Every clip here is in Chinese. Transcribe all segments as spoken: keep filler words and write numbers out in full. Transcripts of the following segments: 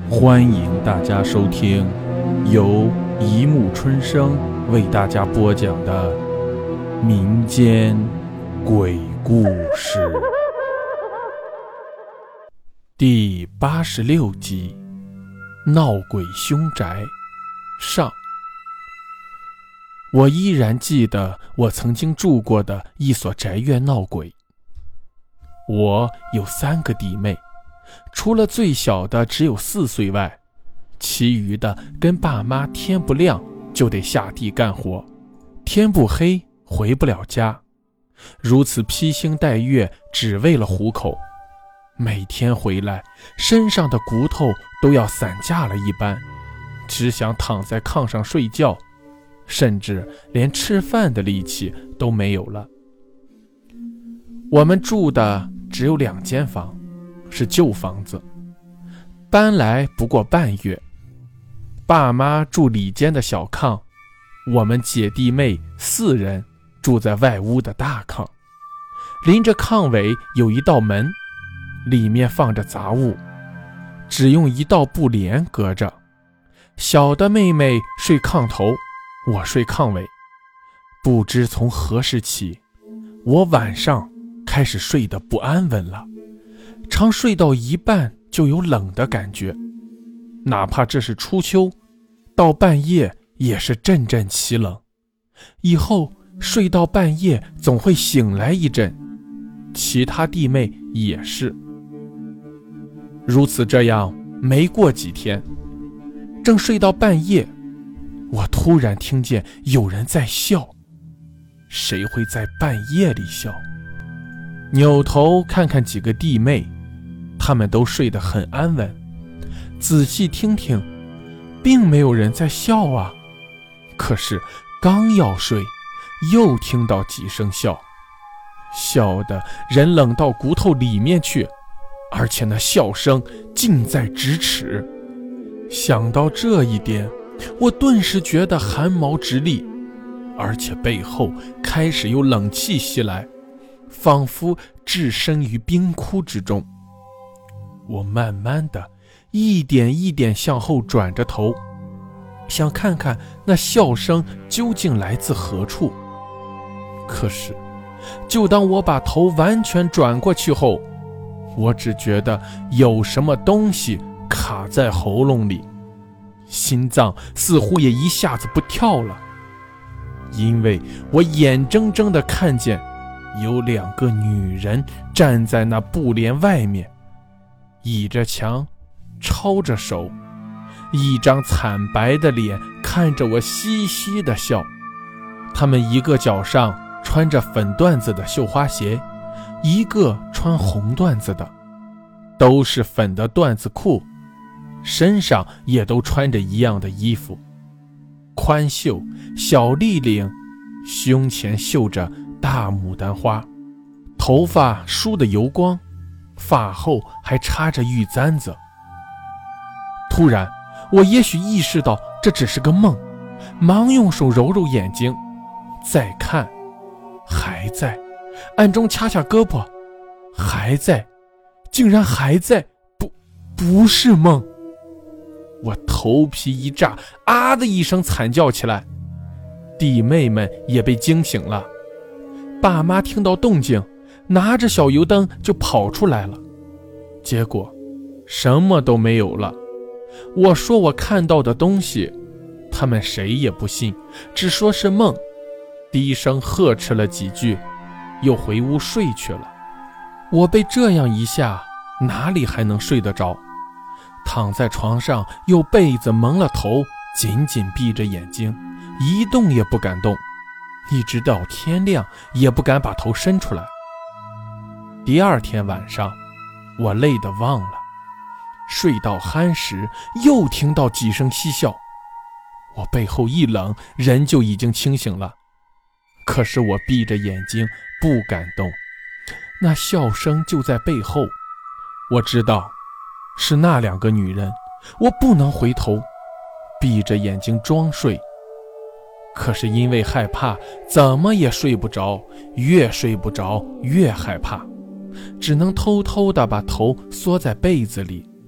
欢迎大家收听由一木春生为大家播讲的民间鬼故事第八十六集，闹鬼凶宅上。我依然记得我曾经住过的一所宅院闹鬼。我有三个弟妹，除了最小的只有四岁外，其余的跟爸妈天不亮就得下地干活，天不黑回不了家，如此披星戴月，只为了糊口。每天回来，身上的骨头都要散架了一般，只想躺在炕上睡觉，甚至连吃饭的力气都没有了。我们住的只有两间房，是旧房子，搬来不过半月。爸妈住里间的小炕，我们姐弟妹四人住在外屋的大炕。临着炕尾有一道门，里面放着杂物，只用一道布帘隔着。小的妹妹睡炕头，我睡炕尾。不知从何时起，我晚上开始睡得不安稳了，常睡到一半就有冷的感觉，哪怕这是初秋，到半夜也是阵阵凄冷。以后睡到半夜总会醒来一阵，其他弟妹也是如此。这样没过几天，正睡到半夜，我突然听见有人在笑。谁会在半夜里笑？扭头看看几个弟妹，他们都睡得很安稳，仔细听听，并没有人在笑啊。可是刚要睡，又听到几声笑，笑得人冷到骨头里面去，而且那笑声近在咫尺。想到这一点，我顿时觉得汗毛直立，而且背后开始有冷气袭来，仿佛置身于冰窟之中。我慢慢的一点一点向后转着头，想看看那笑声究竟来自何处。可是就当我把头完全转过去后，我只觉得有什么东西卡在喉咙里，心脏似乎也一下子不跳了，因为我眼睁睁地看见有两个女人站在那布帘外面，倚着墙，抄着手，一张惨白的脸看着我嘻嘻地笑。她们一个脚上穿着粉缎子的绣花鞋，一个穿红缎子的，都是粉的缎子裤，身上也都穿着一样的衣服，宽袖小立领，胸前绣着大牡丹花，头发梳得油光，发后还插着玉簪子。突然我也许意识到这只是个梦，忙用手揉揉眼睛，再看还在，暗中掐掐胳膊，还在，竟然还在，不不是梦。我头皮一炸，啊的一声惨叫起来，弟妹们也被惊醒了。爸妈听到动静，拿着小油灯就跑出来了，结果什么都没有了。我说我看到的东西，他们谁也不信，只说是梦，低声呵斥了几句，又回屋睡去了。我被这样一下，哪里还能睡得着？躺在床上，用被子蒙了头，紧紧闭着眼睛，一动也不敢动，一直到天亮也不敢把头伸出来。第二天晚上，我累得忘了，睡到酣时，又听到几声嬉笑。我背后一冷，人就已经清醒了，可是我闭着眼睛不敢动，那笑声就在背后。我知道是那两个女人，我不能回头，闭着眼睛装睡。可是因为害怕，怎么也睡不着，越睡不着越害怕，只能偷偷地把头缩在被子里，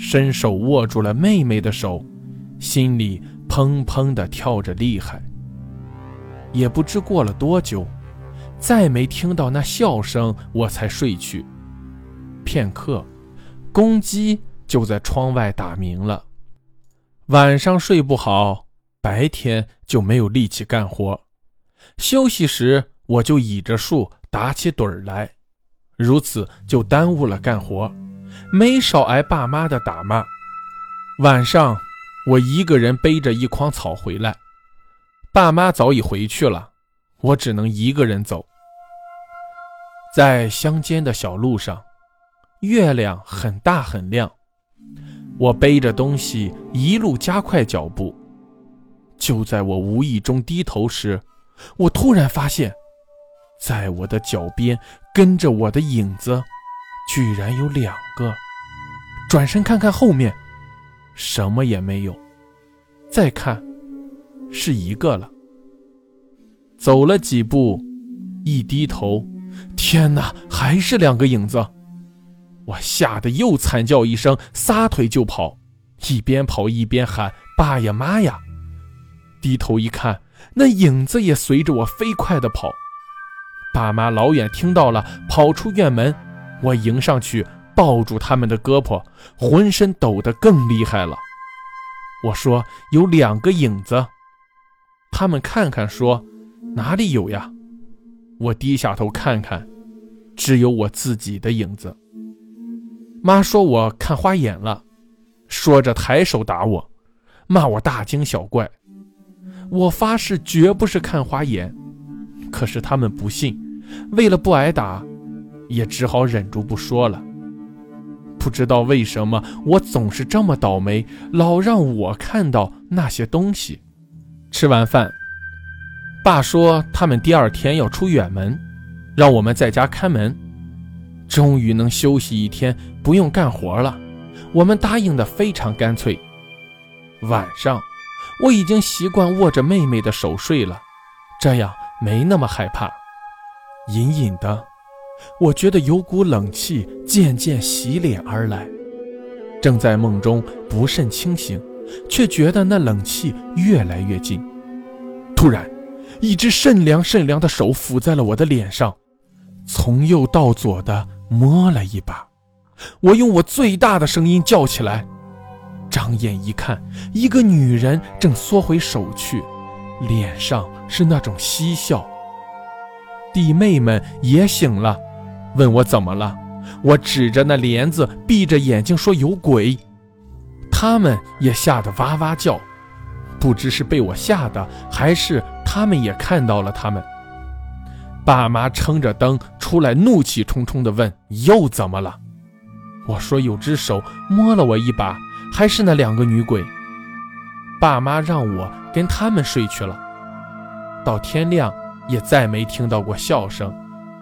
伸手握住了妹妹的手，心里砰砰地跳着厉害。也不知过了多久，再没听到那笑声，我才睡去。片刻，公鸡就在窗外打鸣了。晚上睡不好，白天就没有力气干活。休息时，我就倚着树打起盹儿来，如此就耽误了干活，没少挨爸妈的打骂。晚上，我一个人背着一筐草回来，爸妈早已回去了，我只能一个人走。在乡间的小路上，月亮很大很亮，我背着东西一路加快脚步。就在我无意中低头时，我突然发现，在我的脚边跟着我的影子居然有两个。转身看看后面，什么也没有。再看，是一个了。走了几步，一低头，天哪，还是两个影子。我吓得又惨叫一声，撒腿就跑，一边跑一边喊爸呀妈呀。低头一看，那影子也随着我飞快地跑。爸妈老远听到了，跑出院门，我迎上去抱住他们的胳膊，浑身抖得更厉害了。我说有两个影子。他们看看说哪里有呀？我低下头看看，只有我自己的影子。妈说我看花眼了，说着抬手打我，骂我大惊小怪。我发誓绝不是看花眼，可是他们不信，为了不挨打，也只好忍住不说了。不知道为什么我总是这么倒霉，老让我看到那些东西。吃完饭，爸说他们第二天要出远门，让我们在家看门。终于能休息一天，不用干活了，我们答应得非常干脆。晚上我已经习惯握着妹妹的手睡了，这样没那么害怕。隐隐的，我觉得有股冷气渐渐袭脸而来，正在梦中不甚清醒，却觉得那冷气越来越近。突然，一只甚凉甚凉的手抚在了我的脸上，从右到左的摸了一把。我用我最大的声音叫起来，张眼一看，一个女人正缩回手去，脸上是那种嬉笑。弟妹们也醒了，问我怎么了。我指着那帘子，闭着眼睛说有鬼。他们也吓得哇哇叫，不知是被我吓的，还是他们也看到了他们。爸妈撑着灯出来，怒气冲冲地问又怎么了。我说有只手摸了我一把，还是那两个女鬼。爸妈让我跟他们睡去了，到天亮也再没听到过笑声。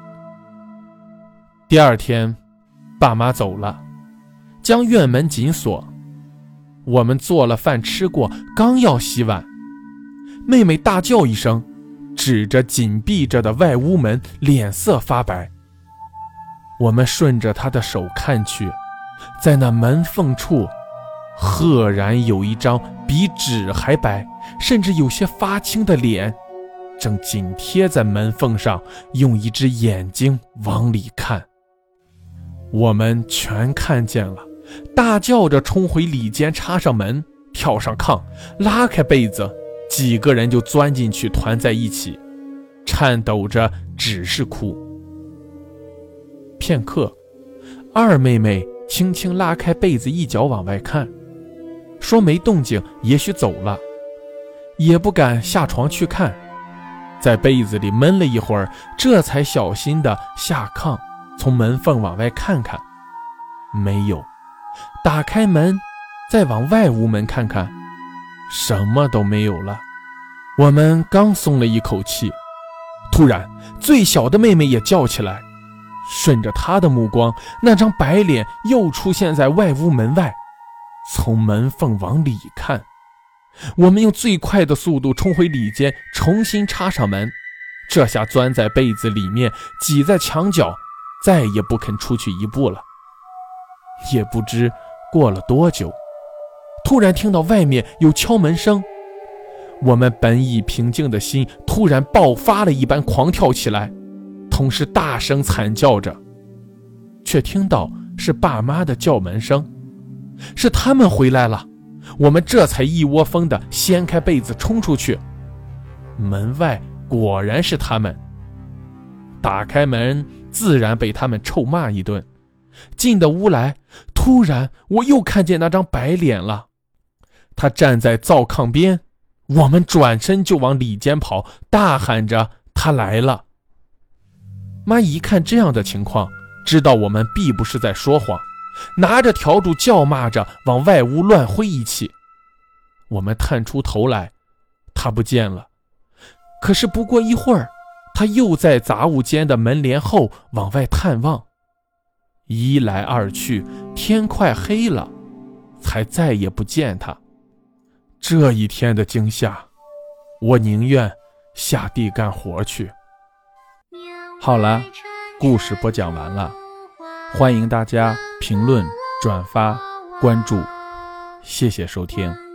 第二天，爸妈走了，将院门紧锁。我们做了饭吃过，刚要洗碗，妹妹大叫一声，指着紧闭着的外屋门，脸色发白。我们顺着她的手看去，在那门缝处赫然有一张比纸还白，甚至有些发青的脸，正紧贴在门缝上，用一只眼睛往里看。我们全看见了，大叫着冲回里间，插上门，跳上炕，拉开被子，几个人就钻进去团在一起，颤抖着只是哭。片刻，二妹妹轻轻拉开被子，一脚往外看，说没动静，也许走了，也不敢下床去看，在被子里闷了一会儿，这才小心地下炕，从门缝往外看看，没有。打开门，再往外屋门看看，什么都没有了。我们刚松了一口气，突然最小的妹妹也叫起来，顺着她的目光，那张白脸又出现在外屋门外，从门缝往里看。我们用最快的速度冲回里间，重新插上门，这下钻在被子里面，挤在墙角，再也不肯出去一步了。也不知过了多久，突然听到外面有敲门声，我们本已平静的心突然爆发了一般狂跳起来，同时大声惨叫着，却听到是爸妈的叫门声，是他们回来了。我们这才一窝蜂地掀开被子冲出去，门外果然是他们。打开门，自然被他们臭骂一顿。进的屋来，突然我又看见那张白脸了，他站在灶炕边，我们转身就往里间跑，大喊着他来了。妈一看这样的情况，知道我们必不是在说谎，拿着笤帚叫骂着往外屋乱挥一气。我们探出头来，他不见了。可是不过一会儿，他又在杂物间的门帘后往外探望。一来二去，天快黑了，才再也不见他。这一天的惊吓，我宁愿下地干活去。好了，故事播讲完了，欢迎大家评论、转发、关注，谢谢收听。